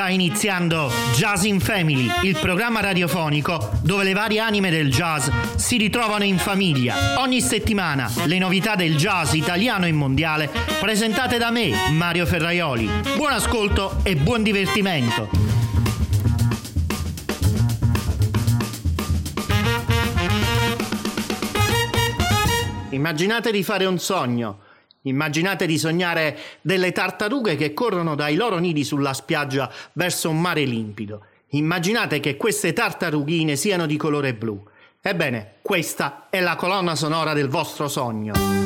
iniziando Jazz in Family, il programma radiofonico dove le varie anime del jazz si ritrovano in famiglia. Ogni settimana le novità del jazz italiano e mondiale presentate da me, Mario Ferraioli. Buon ascolto e buon divertimento. Immaginate di fare un sogno. Immaginate di sognare delle tartarughe che corrono dai loro nidi sulla spiaggia verso un mare limpido. Immaginate che queste tartarughine siano di colore blu. Ebbene, questa è la colonna sonora del vostro sogno.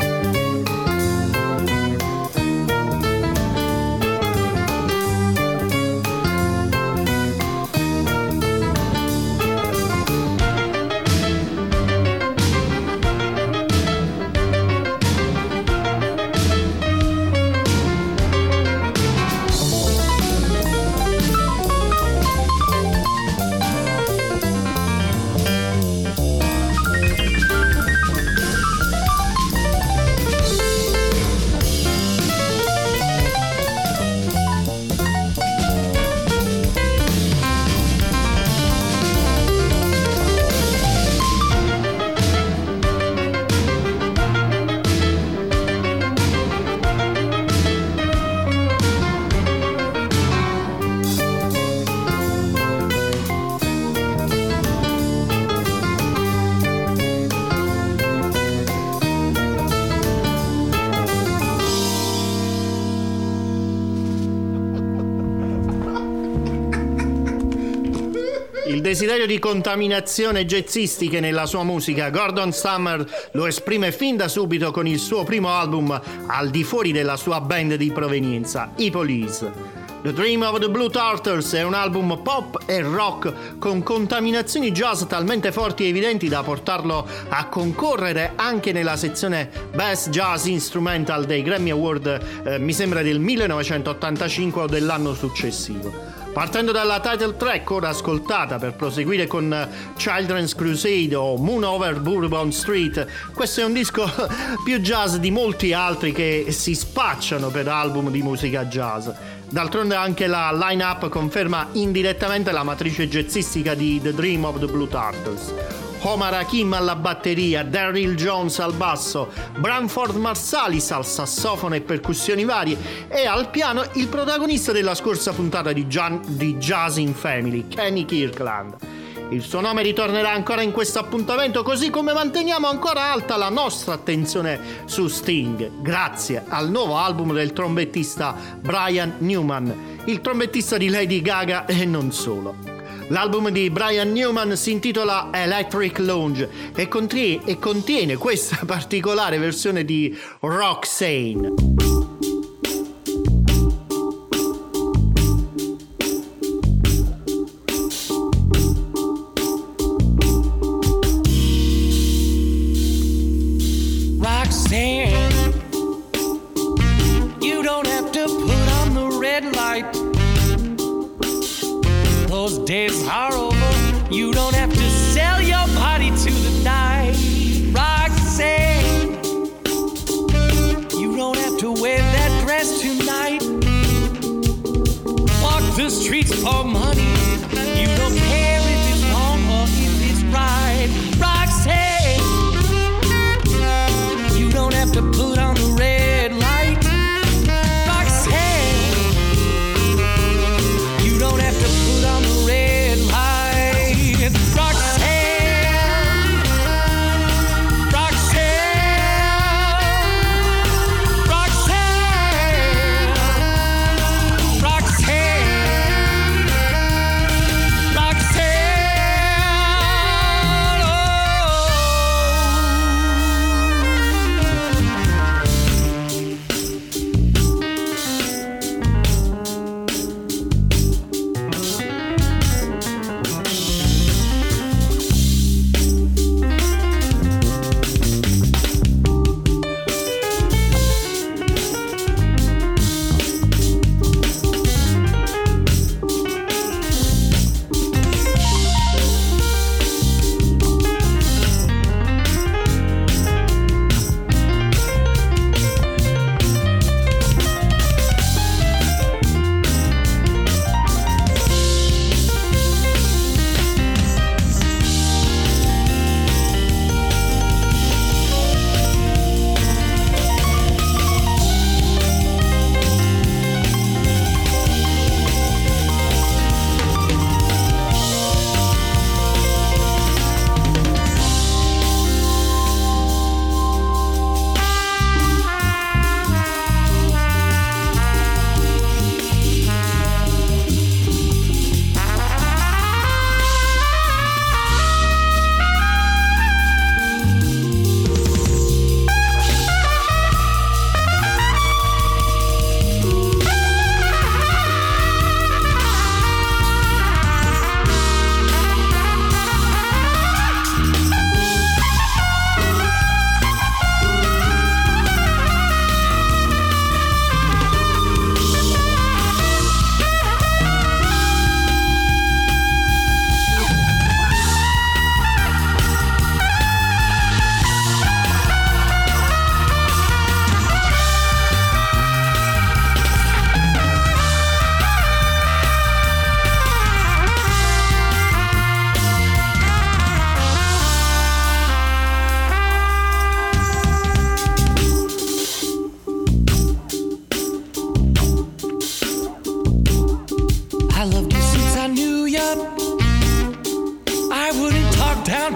Il desiderio di contaminazione jazzistica nella sua musica Gordon Summer lo esprime fin da subito con il suo primo album al di fuori della sua band di provenienza, i Police. The Dream of the Blue Turtles è un album pop e rock con contaminazioni jazz talmente forti e evidenti da portarlo a concorrere anche nella sezione Best Jazz Instrumental dei Grammy Award, mi sembra del 1985 o dell'anno successivo. Partendo dalla title track ora ascoltata per proseguire con Children's Crusade o Moon Over Bourbon Street, questo è un disco più jazz di molti altri che si spacciano per album di musica jazz. D'altronde anche la line-up conferma indirettamente la matrice jazzistica di The Dream of the Blue Turtles. Omar Hakim alla batteria, Daryl Jones al basso, Branford Marsalis al sassofono e percussioni varie e al piano il protagonista della scorsa puntata di Jazz in Family, Kenny Kirkland. Il suo nome ritornerà ancora in questo appuntamento, così come manteniamo ancora alta la nostra attenzione su Sting, grazie al nuovo album del trombettista Brian Newman, il trombettista di Lady Gaga e non solo. L'album di Brian Newman si intitola Electric Lounge e contiene questa particolare versione di Roxanne. Roxanne, you don't have to put on the red light. Those days are over. You don't have to sell your body to the night. Roxanne, you don't have to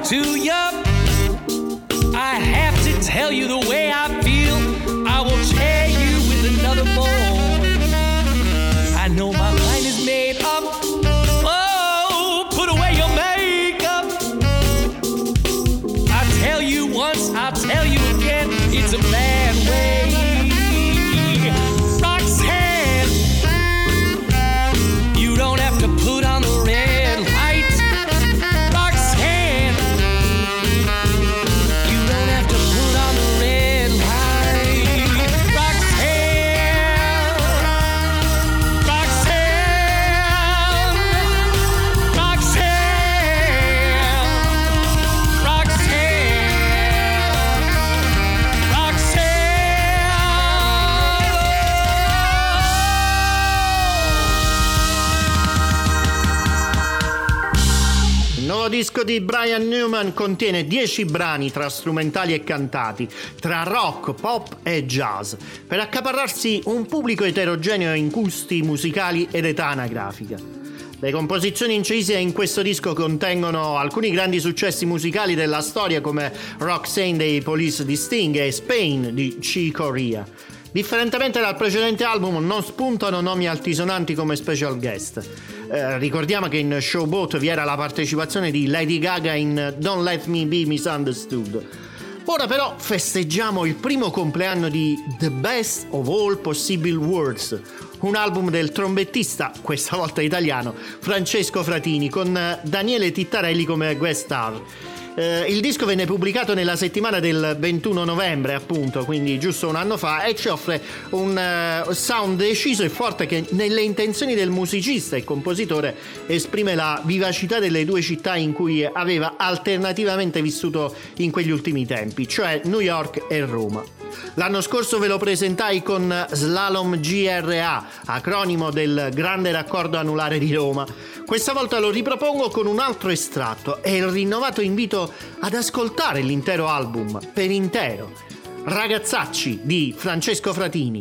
to you. I have to tell you the way I feel. I will share you with another boy. I know my mind is made up. Oh, put away your makeup. I tell you once, I'll tell you again. It's a bad way. Roxanne, you don't have to put on the red light. Roxanne, you don't have to put on the red light. Roxanne, Roxanne, Roxanne, Roxanne, Il nuovo disco di Brian Newman contiene 10 brani tra strumentali e cantati, tra rock, pop e jazz, per accaparrarsi un pubblico eterogeneo in gusti musicali ed età anagrafica. Le composizioni incise in questo disco contengono alcuni grandi successi musicali della storia come Roxanne dei Police di Sting e Spain di Chick Corea. Differentemente dal precedente album non spuntano nomi altisonanti come special guest. Ricordiamo che in Showboat vi era la partecipazione di Lady Gaga in Don't Let Me Be Misunderstood. Ora però festeggiamo il primo compleanno di The Best of All Possible Worlds, un album del trombettista, questa volta italiano, Francesco Fratini, con Daniele Tittarelli come guest star. Il disco venne pubblicato nella settimana del 21 novembre, appunto, quindi giusto un anno fa, e ci offre un sound deciso e forte che nelle intenzioni del musicista e compositore esprime la vivacità delle due città in cui aveva alternativamente vissuto in quegli ultimi tempi, cioè New York e Roma. L'anno scorso ve lo presentai con Slalom GRA, acronimo del Grande Raccordo Anulare di Roma. Questa volta lo ripropongo con un altro estratto e il rinnovato invito ad ascoltare l'intero album, per intero. Ragazzacci di Francesco Fratini.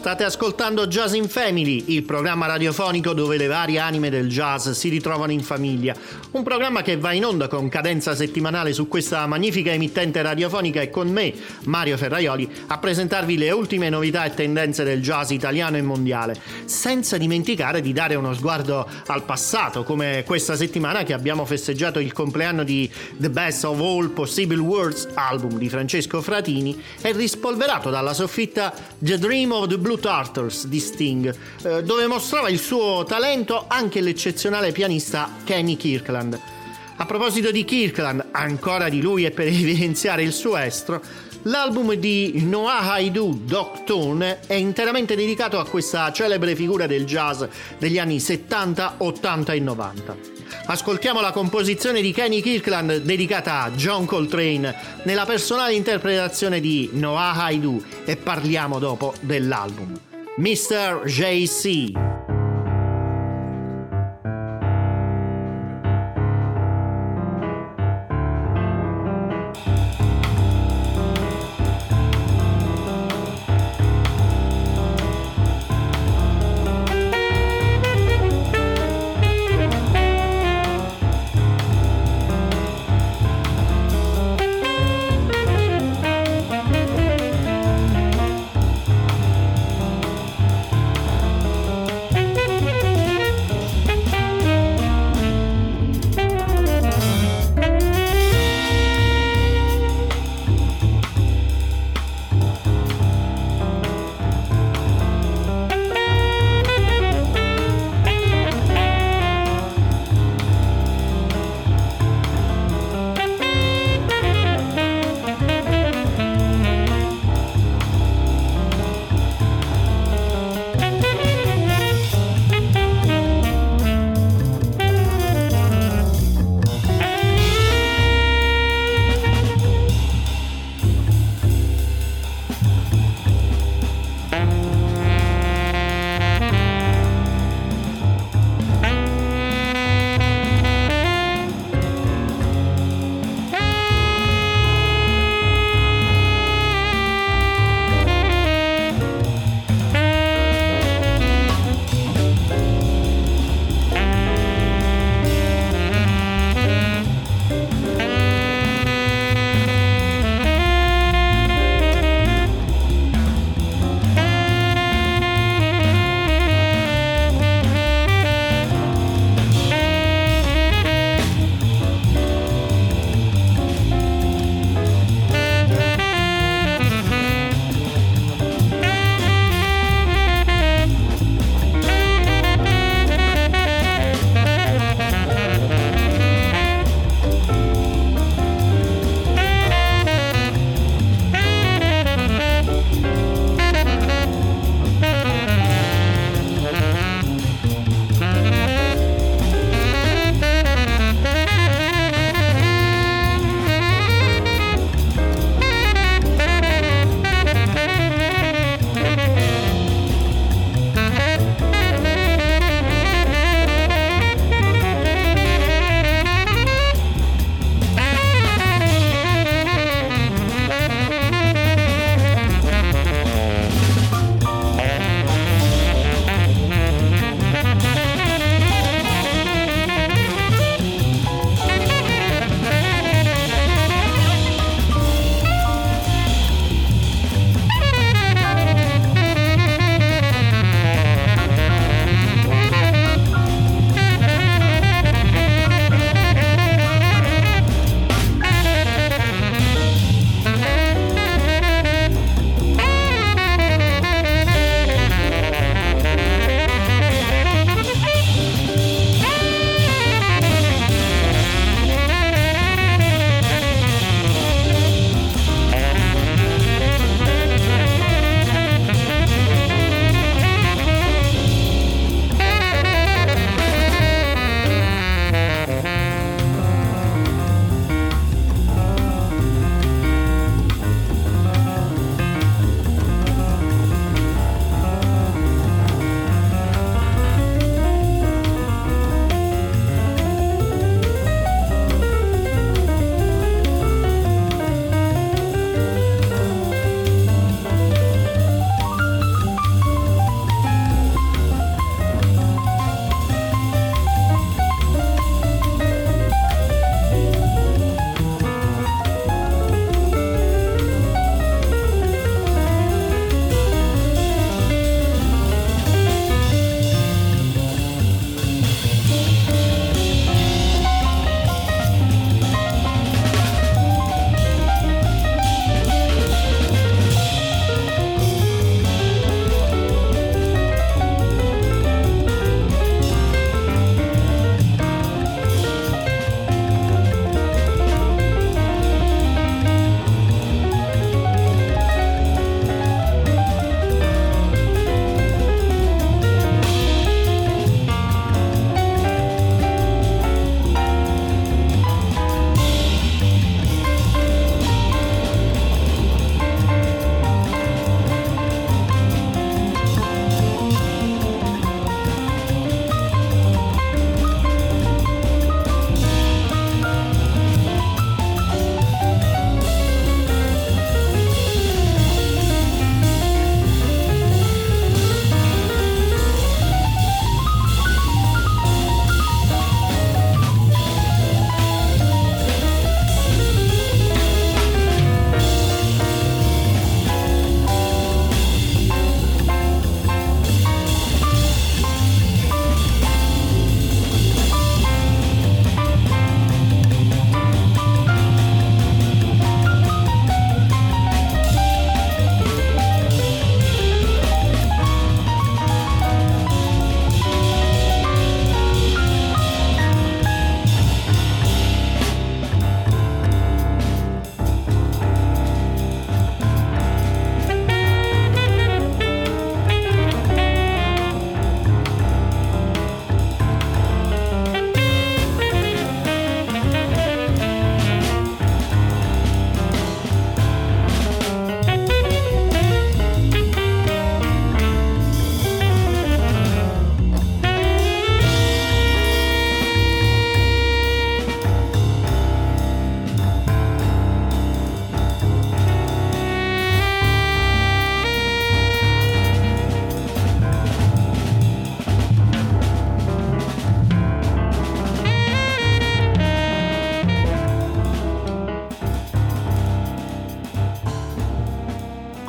State ascoltando Jazz in Family, il programma radiofonico dove le varie anime del jazz si ritrovano in famiglia. Un programma che va in onda con cadenza settimanale su questa magnifica emittente radiofonica e con me, Mario Ferraioli, a presentarvi le ultime novità e tendenze del jazz italiano e mondiale, senza dimenticare di dare uno sguardo al passato, come questa settimana che abbiamo festeggiato il compleanno di The Best of All Possible Worlds, album di Francesco Fratini, e rispolverato dalla soffitta The Dream of the Blue Turtles di Sting, dove mostrava il suo talento anche l'eccezionale pianista Kenny Kirkland. A proposito di Kirkland, ancora di lui e per evidenziare il suo estro, l'album di Noah Haidou, Doc Tone, è interamente dedicato a questa celebre figura del jazz degli anni 70, 80 e 90. Ascoltiamo la composizione di Kenny Kirkland dedicata a John Coltrane nella personale interpretazione di Noah Haidou e parliamo dopo dell'album. Mr. J.C.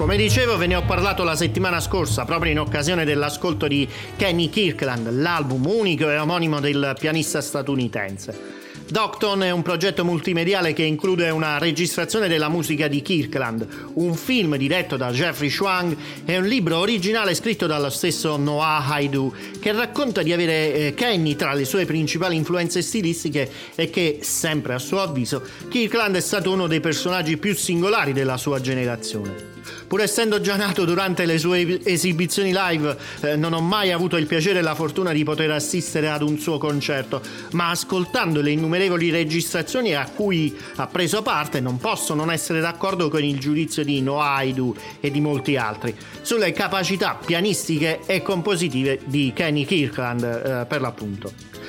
Come dicevo, ve ne ho parlato la settimana scorsa, proprio in occasione dell'ascolto di Kenny Kirkland, l'album unico e omonimo del pianista statunitense. Dogton è un progetto multimediale che include una registrazione della musica di Kirkland, un film diretto da Jeffrey Schwang e un libro originale scritto dallo stesso Noah Haidu, che racconta di avere Kenny tra le sue principali influenze stilistiche e che, sempre a suo avviso, Kirkland è stato uno dei personaggi più singolari della sua generazione. Pur essendo già nato durante le sue esibizioni live, non ho mai avuto il piacere e la fortuna di poter assistere ad un suo concerto, ma ascoltando le innumerevoli registrazioni a cui ha preso parte non posso non essere d'accordo con il giudizio di Noah Haidu e di molti altri sulle capacità pianistiche e compositive di Kenny Kirkland, per l'appunto.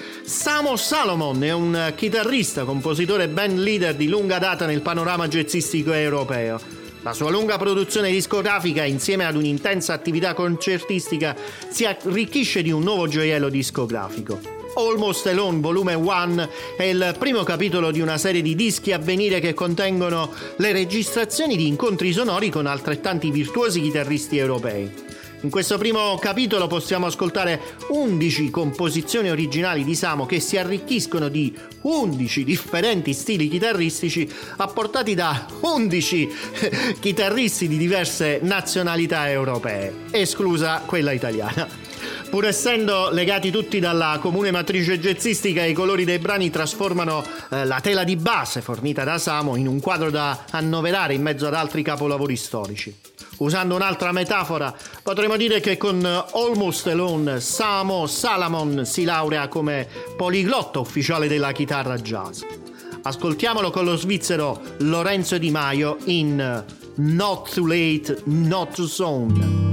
Samo Salomon è un chitarrista, compositore e band leader di lunga data nel panorama jazzistico europeo. La sua lunga produzione discografica, insieme ad un'intensa attività concertistica, si arricchisce di un nuovo gioiello discografico. Almost Alone Volume 1 è il primo capitolo di una serie di dischi a venire che contengono le registrazioni di incontri sonori con altrettanti virtuosi chitarristi europei. In questo primo capitolo possiamo ascoltare 11 composizioni originali di Samo che si arricchiscono di 11 differenti stili chitarristici apportati da 11 chitarristi di diverse nazionalità europee, esclusa quella italiana. Pur essendo legati tutti dalla comune matrice jazzistica, i colori dei brani trasformano la tela di base fornita da Samo in un quadro da annoverare in mezzo ad altri capolavori storici. Usando un'altra metafora, potremmo dire che con Almost Alone Samo Salomon si laurea come poliglotta ufficiale della chitarra jazz. Ascoltiamolo con lo svizzero Lorenzo Di Maio in Not Too Late, Not Too Soon.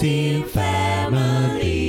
Jazzy Family.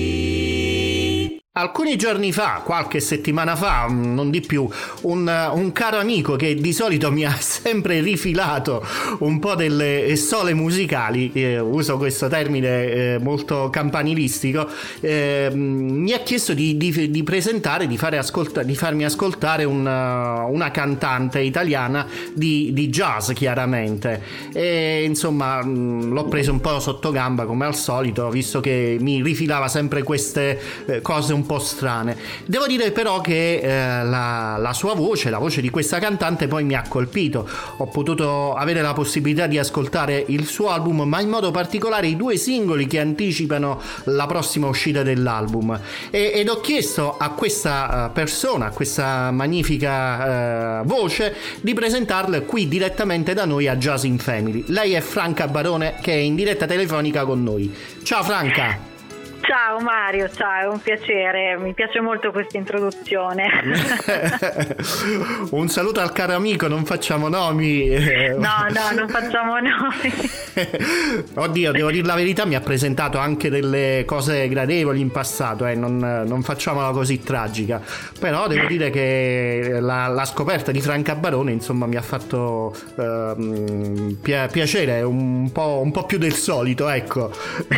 Alcuni giorni fa, qualche settimana fa, non di più, un caro amico che di solito mi ha sempre rifilato un po' delle sole musicali, uso questo termine molto campanilistico, mi ha chiesto di presentare, di farmi ascoltare una cantante italiana di jazz, chiaramente. E insomma l'ho preso un po' sotto gamba come al solito, visto che mi rifilava sempre queste cose un po' strane. Devo dire però che la sua voce, la voce di questa cantante poi mi ha colpito. Ho potuto avere la possibilità di ascoltare il suo album, ma in modo particolare i 2 singoli che anticipano la prossima uscita dell'album, ed ho chiesto a questa persona, a questa magnifica voce, di presentarla qui direttamente da noi a Jazz in Family. Lei è Franca Barone, che è in diretta telefonica con noi. Ciao Franca! Ciao Mario, ciao, è un piacere, mi piace molto questa introduzione. Un saluto al caro amico, non facciamo nomi. No, non facciamo nomi. Oddio, devo dire la verità, mi ha presentato anche delle cose gradevoli in passato, non facciamola così tragica. Però devo dire che la scoperta di Franca Barone, insomma, mi ha fatto piacere un po' più del solito, ecco.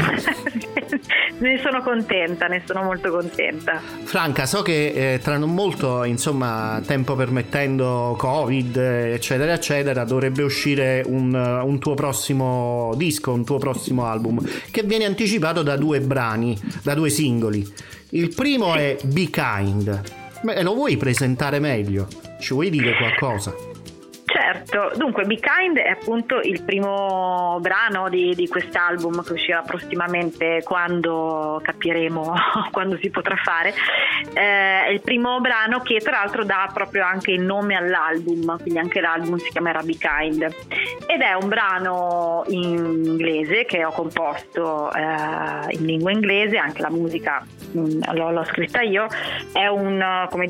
Ne sono contenta, ne sono molto contenta. Franca, so che tra non molto, insomma, tempo permettendo, Covid, eccetera eccetera, dovrebbe uscire un tuo prossimo disco, un tuo prossimo album, che viene anticipato da 2 brani, da 2 singoli. Il primo è Be Kind. Lo vuoi presentare meglio? Ci vuoi dire qualcosa? Certo, dunque Be Kind è appunto il primo brano di quest'album, che uscirà prossimamente, quando capiremo quando si potrà fare. È il primo brano che tra l'altro dà proprio anche il nome all'album, quindi anche l'album si chiamerà Be Kind, ed è un brano in inglese che ho composto in lingua inglese, anche la musica l'ho scritta io. È un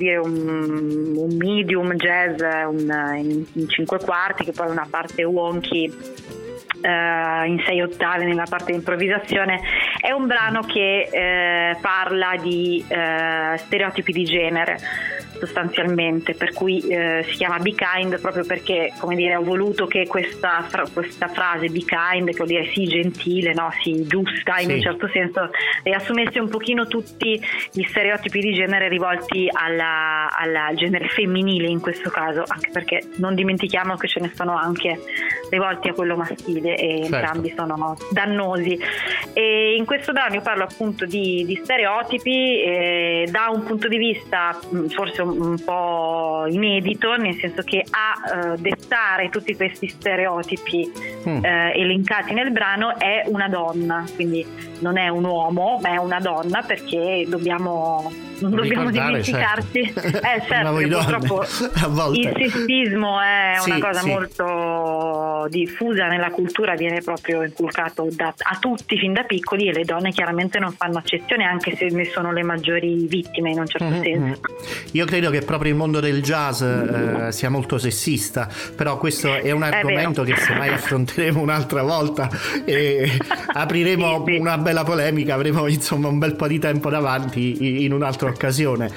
medium jazz, in 5 quarti, che poi è una parte wonky in 6 ottave nella parte di improvvisazione. È un brano che parla di stereotipi di genere, sostanzialmente, per cui si chiama Be Kind proprio perché, come dire, ho voluto che questa frase Be Kind, che vuol dire sii gentile, no? Sii giusta, in un certo senso, riassumesse un pochino tutti gli stereotipi di genere rivolti al genere femminile in questo caso, anche perché non dimentichiamo che ce ne sono anche rivolti a quello maschile, e entrambi sono dannosi. E in questo brano io parlo appunto di stereotipi da un punto di vista forse un po' inedito, nel senso che a dettare tutti questi stereotipi elencati nel brano è una donna, quindi non è un uomo ma è una donna, perché non dobbiamo dimenticarci certo, che purtroppo il sessismo è una cosa molto diffusa nella cultura, viene proprio inculcato a tutti fin da piccoli, e le donne chiaramente non fanno eccezione, anche se ne sono le maggiori vittime in un certo senso. Io credo che proprio il mondo del jazz sia molto sessista, però questo è un argomento che semmai affronteremo un'altra volta e apriremo una bella polemica, avremo insomma un bel po' di tempo davanti in un'altra occasione,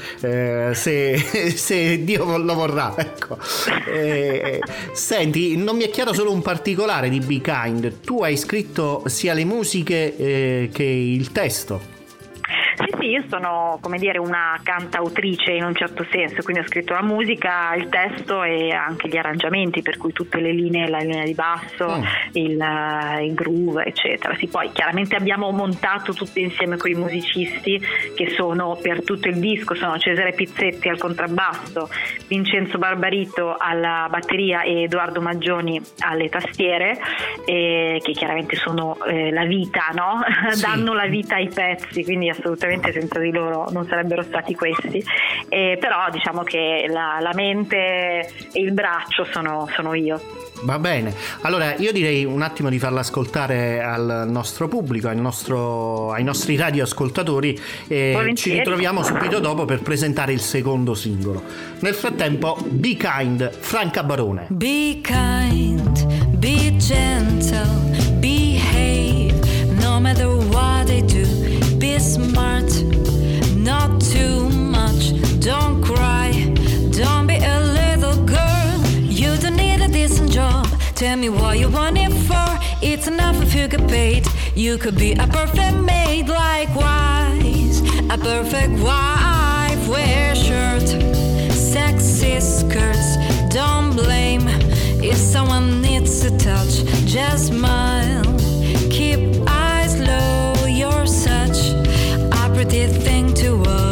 se Dio lo vorrà, ecco. Senti, non mi è chiaro solo un particolare di Be Kind: tu hai scritto sia le musiche che il testo. Sì, io sono, come dire, una cantautrice in un certo senso, quindi ho scritto la musica, il testo e anche gli arrangiamenti, per cui tutte le linee, la linea di basso, il groove, eccetera. Sì, poi chiaramente abbiamo montato tutte insieme con i musicisti che sono per tutto il disco, sono Cesare Pizzetti al contrabbasso, Vincenzo Barbarito alla batteria e Edoardo Maggioni alle tastiere, che chiaramente sono la vita, no? Danno la vita ai pezzi, quindi assolutamente senza di loro non sarebbero stati questi, però diciamo che la mente e il braccio sono io. Va bene, allora io direi un attimo di farla ascoltare al nostro pubblico, ai nostri radioascoltatori, e ci ritroviamo subito dopo per presentare il secondo singolo. Nel frattempo, Be Kind, Franca Barone. Be kind, be gentle, behave, no matter what they do. Be smart, not too much. Don't cry, don't be a little girl. You don't need a decent job. Tell me what you want it for. It's enough if you get paid. You could be a perfect maid, likewise. A perfect wife. Wear shirt, sexy skirts. Don't blame if someone needs a touch. Just smile, keep eyes low. You're such a pretty thing to watch.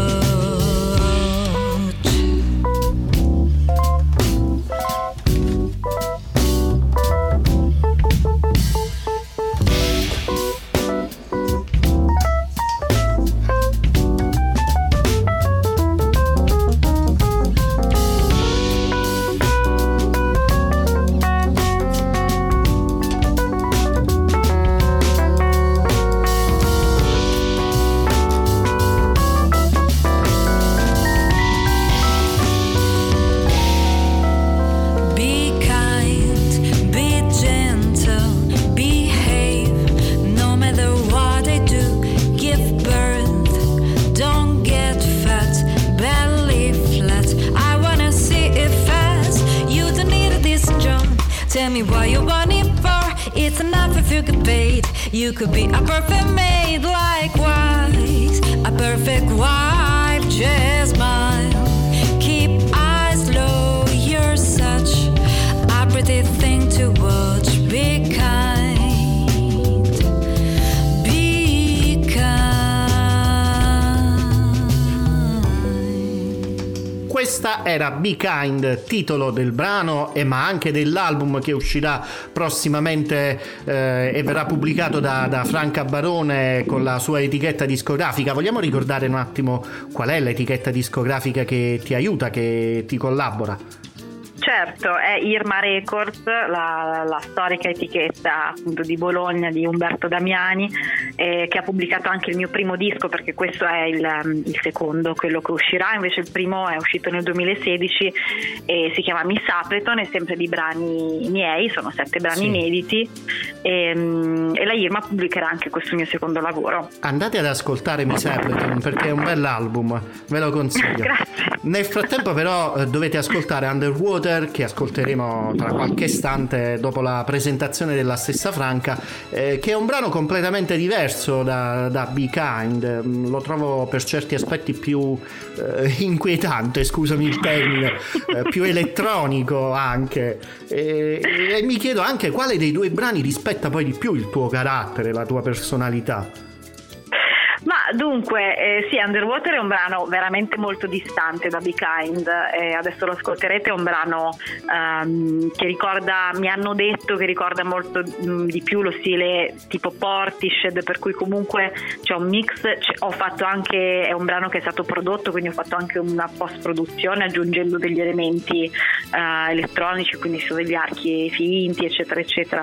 Tell me what you want it for. It's enough if you get paid. You could be a perfect maid, likewise. A perfect wife, just smile. Keep eyes low, you're such a pretty thing to watch. Be kind, be kind. Questa era Be Kind, titolo del brano ma anche dell'album che uscirà prossimamente e verrà pubblicato da Franca Barone con la sua etichetta discografica. Vogliamo ricordare un attimo qual è l'etichetta discografica che ti aiuta, che ti collabora? Certo, è Irma Records, la storica etichetta appunto di Bologna di Umberto Damiani, che ha pubblicato anche il mio primo disco, perché questo è il secondo, quello che uscirà. Invece il primo è uscito nel 2016 e si chiama Miss Appleton, è sempre di brani miei, sono 7 brani inediti e la Irma pubblicherà anche questo mio secondo lavoro. Andate ad ascoltare Miss Appleton perché è un bell'album, ve lo consiglio. Grazie. Nel frattempo però dovete ascoltare Underwater, che ascolteremo tra qualche istante dopo la presentazione della stessa Franca, che è un brano completamente diverso da Be Kind. Lo trovo per certi aspetti più inquietante, scusami il termine, più elettronico anche, e mi chiedo anche quale dei due brani rispetta poi di più il tuo carattere, la tua personalità. Ma dunque, sì, Underwater è un brano veramente molto distante da Be Kind, adesso lo ascolterete. È un brano che ricorda, mi hanno detto che ricorda molto di più lo stile tipo Portishead, per cui comunque c'è un mix. Ho fatto anche, è un brano che è stato prodotto, quindi ho fatto anche una post produzione aggiungendo degli elementi elettronici, quindi su degli archi finti eccetera eccetera.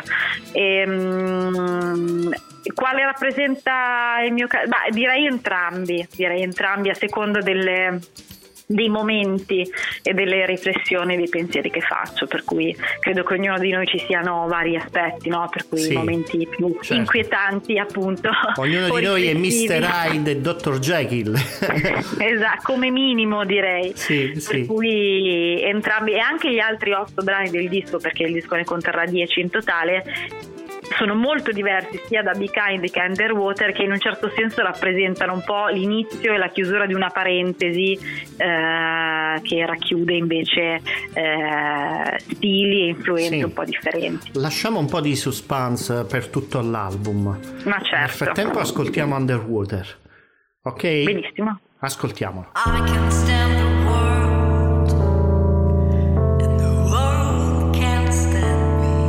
Quale rappresenta il mio carattere? Direi entrambi a seconda dei momenti e delle riflessioni, dei pensieri che faccio, per cui credo che ognuno di noi ci siano vari aspetti, no? Per cui momenti più inquietanti, appunto. Ognuno di noi è Mr. Hyde e Dr. Jekyll. Esatto, come minimo direi. Per cui entrambi, e anche gli altri 8 brani del disco, perché il disco ne conterrà 10 in totale, sono molto diversi sia da Be Kind che Underwater, che in un certo senso rappresentano un po' l'inizio e la chiusura di una parentesi che racchiude invece stili e influenze un po' differenti. Lasciamo un po' di suspense per tutto l'album. Ma certo. Nel frattempo ascoltiamo Underwater, ok? Benissimo. Ascoltiamolo. I can stand the world, and the world can't stand me.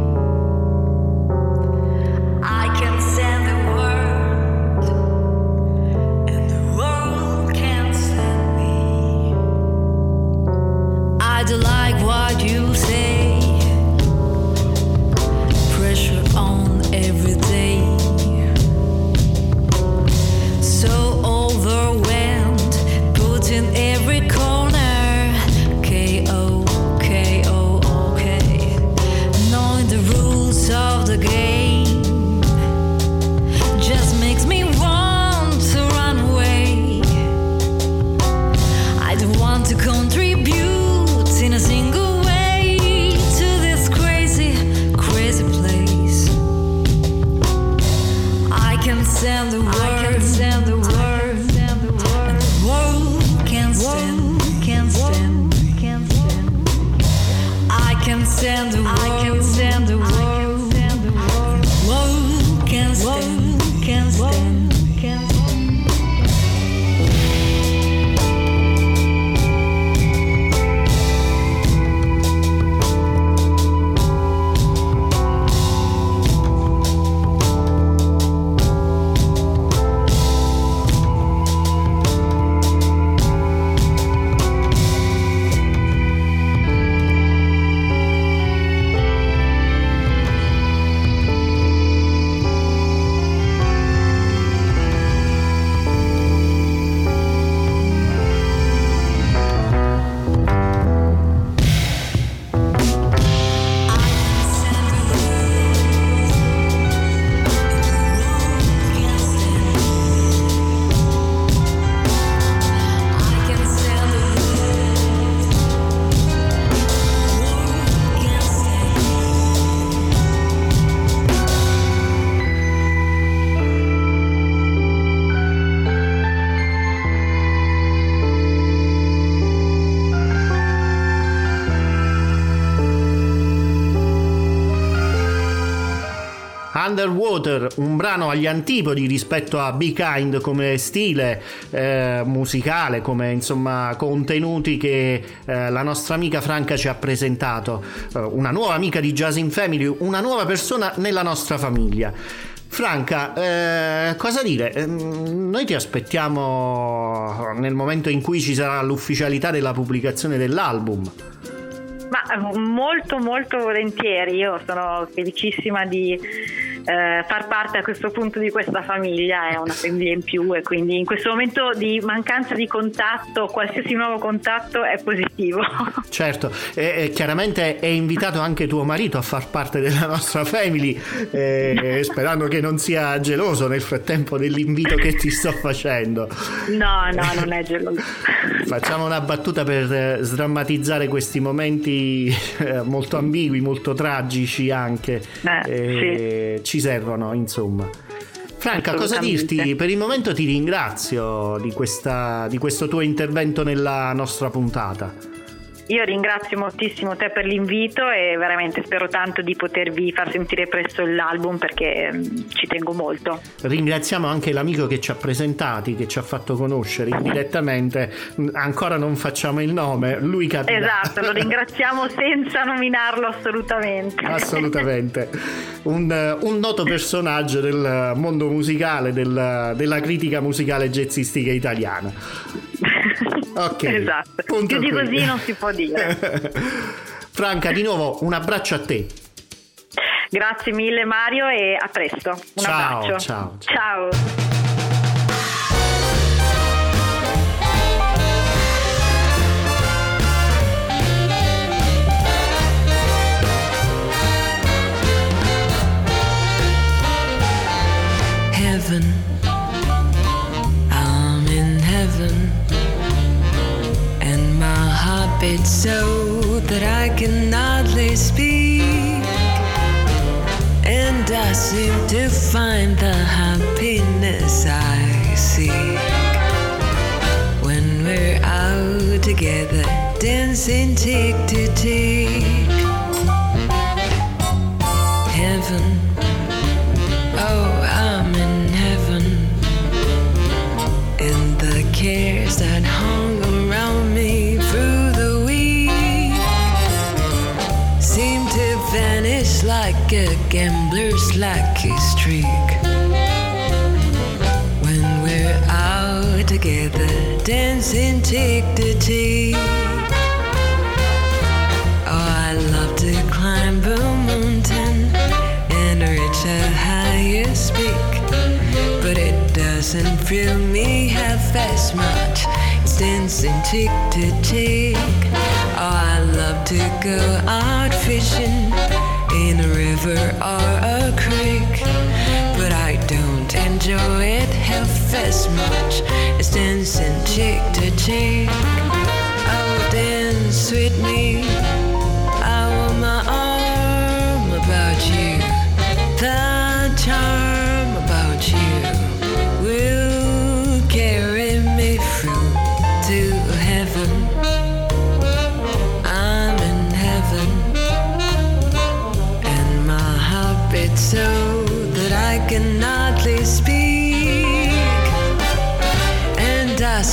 I can stand the world, and the world can't stand me. I don't like what you say, pressure on every day, so overwhelmed, put in every corner, K.O., K.O., okay, knowing the rules of the game, just can stand the world. I can stand the world. Whoa, can stand, can stand, can stand. Underwater, un brano agli antipodi rispetto a Be Kind come stile musicale, come insomma contenuti che la nostra amica Franca ci ha presentato, una nuova amica di Jazz in Family, una nuova persona nella nostra famiglia. Franca, cosa dire? Noi ti aspettiamo nel momento in cui ci sarà l'ufficialità della pubblicazione dell'album. Ma molto molto volentieri, io sono felicissima di far parte a questo punto di questa famiglia, è una famiglia in più, e quindi in questo momento di mancanza di contatto, qualsiasi nuovo contatto è positivo. Certo, e chiaramente è invitato anche tuo marito a far parte della nostra family, sperando che non sia geloso nel frattempo dell'invito che ti sto facendo. No, non è geloso. Facciamo una battuta per sdrammatizzare questi momenti molto ambigui, molto tragici anche. Sì. Ci servono, insomma. Franca, cosa dirti? Per il momento ti ringrazio di questo tuo intervento nella nostra puntata. Io ringrazio moltissimo te per l'invito e veramente spero tanto di potervi far sentire presto l'album, perché ci tengo molto. Ringraziamo anche l'amico che ci ha presentati, che ci ha fatto conoscere indirettamente, ancora non facciamo il nome, lui capirà. Esatto, lo ringraziamo senza nominarlo assolutamente. Assolutamente. Un noto personaggio del mondo musicale, della critica musicale jazzistica italiana. Ok, esatto, più di così non si può dire. Franca, di nuovo un abbraccio a te. Grazie mille Mario e a presto. Un abbraccio. Ciao. Heaven, I'm in heaven. My heart beats so that I can hardly speak, and I seem to find the happiness I seek when we're out together, dancing cheek to cheek. Heaven, oh, I'm in heaven, and the cares that hung around me through the week seem to vanish like a gambler's lucky streak when we're out together, dancing cheek to cheek. Oh, I love to climb a mountain and reach a higher peak, but it doesn't thrill me half as much. It's dancing cheek to cheek. Oh, I love to go out fishing in a river or a creek, but I don't enjoy it half as much. It's dancing cheek to cheek. Oh, dance with me. I want my arm about you. The charm about you will carry me through to heaven. I'm in heaven.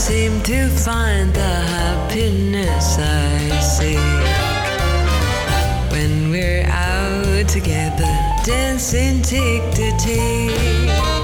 seem to find the happiness I seek when we're out together, dancing cheek to cheek.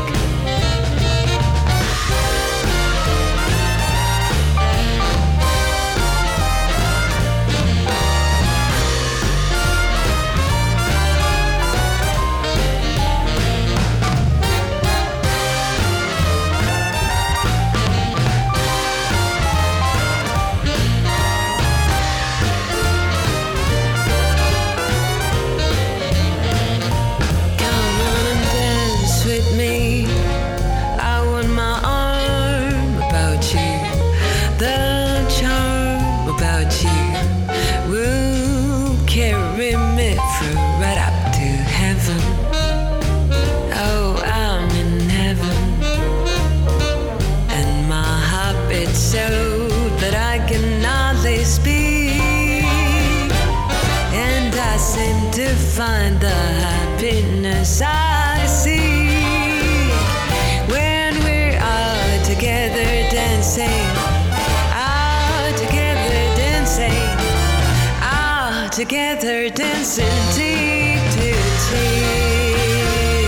Find the happiness I see when we're all together dancing, all together dancing, all together dancing cheek to cheek.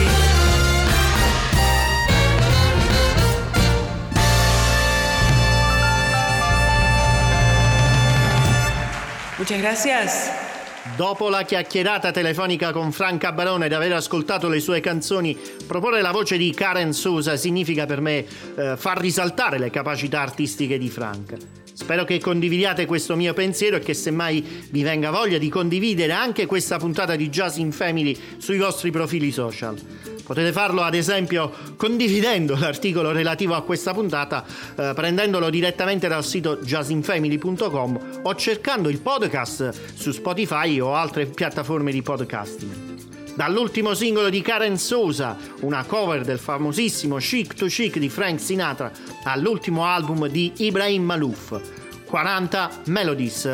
Muchas gracias. Dopo la chiacchierata telefonica con Franca Barone ed aver ascoltato le sue canzoni, proporre la voce di Karen Souza significa per me far risaltare le capacità artistiche di Franca. Spero che condividiate questo mio pensiero e che semmai vi venga voglia di condividere anche questa puntata di Jazz in Family sui vostri profili social. Potete farlo ad esempio condividendo l'articolo relativo a questa puntata, prendendolo direttamente dal sito jazzinfamily.com o cercando il podcast su Spotify o altre piattaforme di podcasting. Dall'ultimo singolo di Karen Souza, una cover del famosissimo Chic to Chic di Frank Sinatra, all'ultimo album di Ibrahim Malouf, 40 Melodies.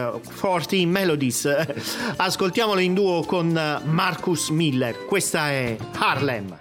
Ascoltiamolo in duo con Marcus Miller. Questa è Harlem.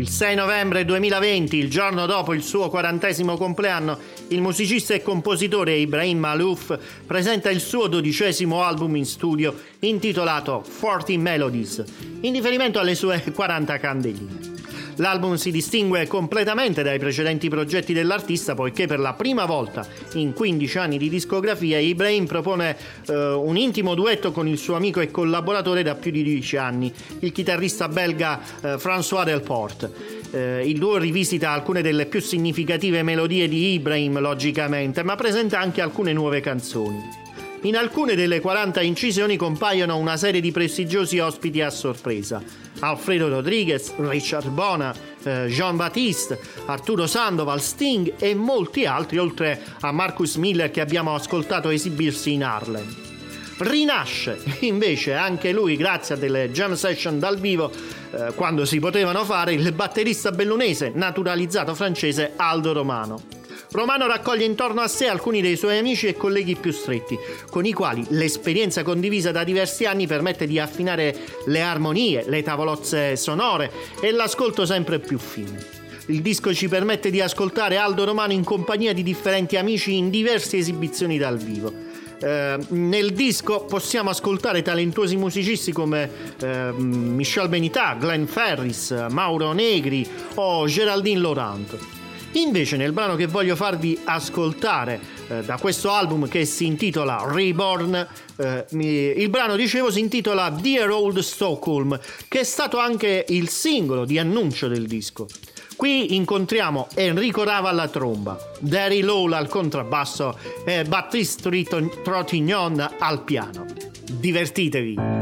Il 6 novembre 2020, il giorno dopo il suo 40° compleanno, il musicista e compositore Ibrahim Maalouf presenta il suo 12° album in studio intitolato 40 Melodies, in riferimento alle sue 40 candeline. L'album si distingue completamente dai precedenti progetti dell'artista poiché per la prima volta in 15 anni di discografia Ibrahim propone un intimo duetto con il suo amico e collaboratore da più di 10 anni, il chitarrista belga François Delporte. Il duo rivisita alcune delle più significative melodie di Ibrahim, logicamente, ma presenta anche alcune nuove canzoni. In alcune delle 40 incisioni compaiono una serie di prestigiosi ospiti a sorpresa: Alfredo Rodriguez, Richard Bona, Jean-Baptiste, Arturo Sandoval, Sting e molti altri, oltre a Marcus Miller che abbiamo ascoltato esibirsi in Harlem. Rinasce invece anche lui grazie a delle jam session dal vivo quando si potevano fare, il batterista bellunese naturalizzato francese Aldo Romano. Romano raccoglie intorno a sé alcuni dei suoi amici e colleghi più stretti, con i quali l'esperienza condivisa da diversi anni permette di affinare le armonie, le tavolozze sonore e l'ascolto sempre più fine. Il disco ci permette di ascoltare Aldo Romano in compagnia di differenti amici in diverse esibizioni dal vivo. Nel disco possiamo ascoltare talentuosi musicisti come Michel Benità, Glenn Ferris, Mauro Negri o Géraldine Laurent. Invece nel brano che voglio farvi ascoltare da questo album, che si intitola Reborn, il brano, dicevo, si intitola Dear Old Stockholm, che è stato anche il singolo di annuncio del disco. Qui incontriamo Enrico Rava alla tromba, Daryl Hall al contrabbasso e Baptiste Trintignant al piano. Divertitevi!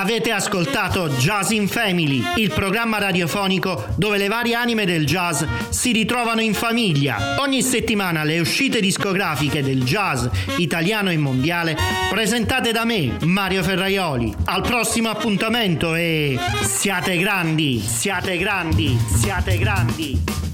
Avete ascoltato Jazz in Family, il programma radiofonico dove le varie anime del jazz si ritrovano in famiglia. Ogni settimana le uscite discografiche del jazz italiano e mondiale presentate da me, Mario Ferraioli. Al prossimo appuntamento e siate grandi, siate grandi, siate grandi.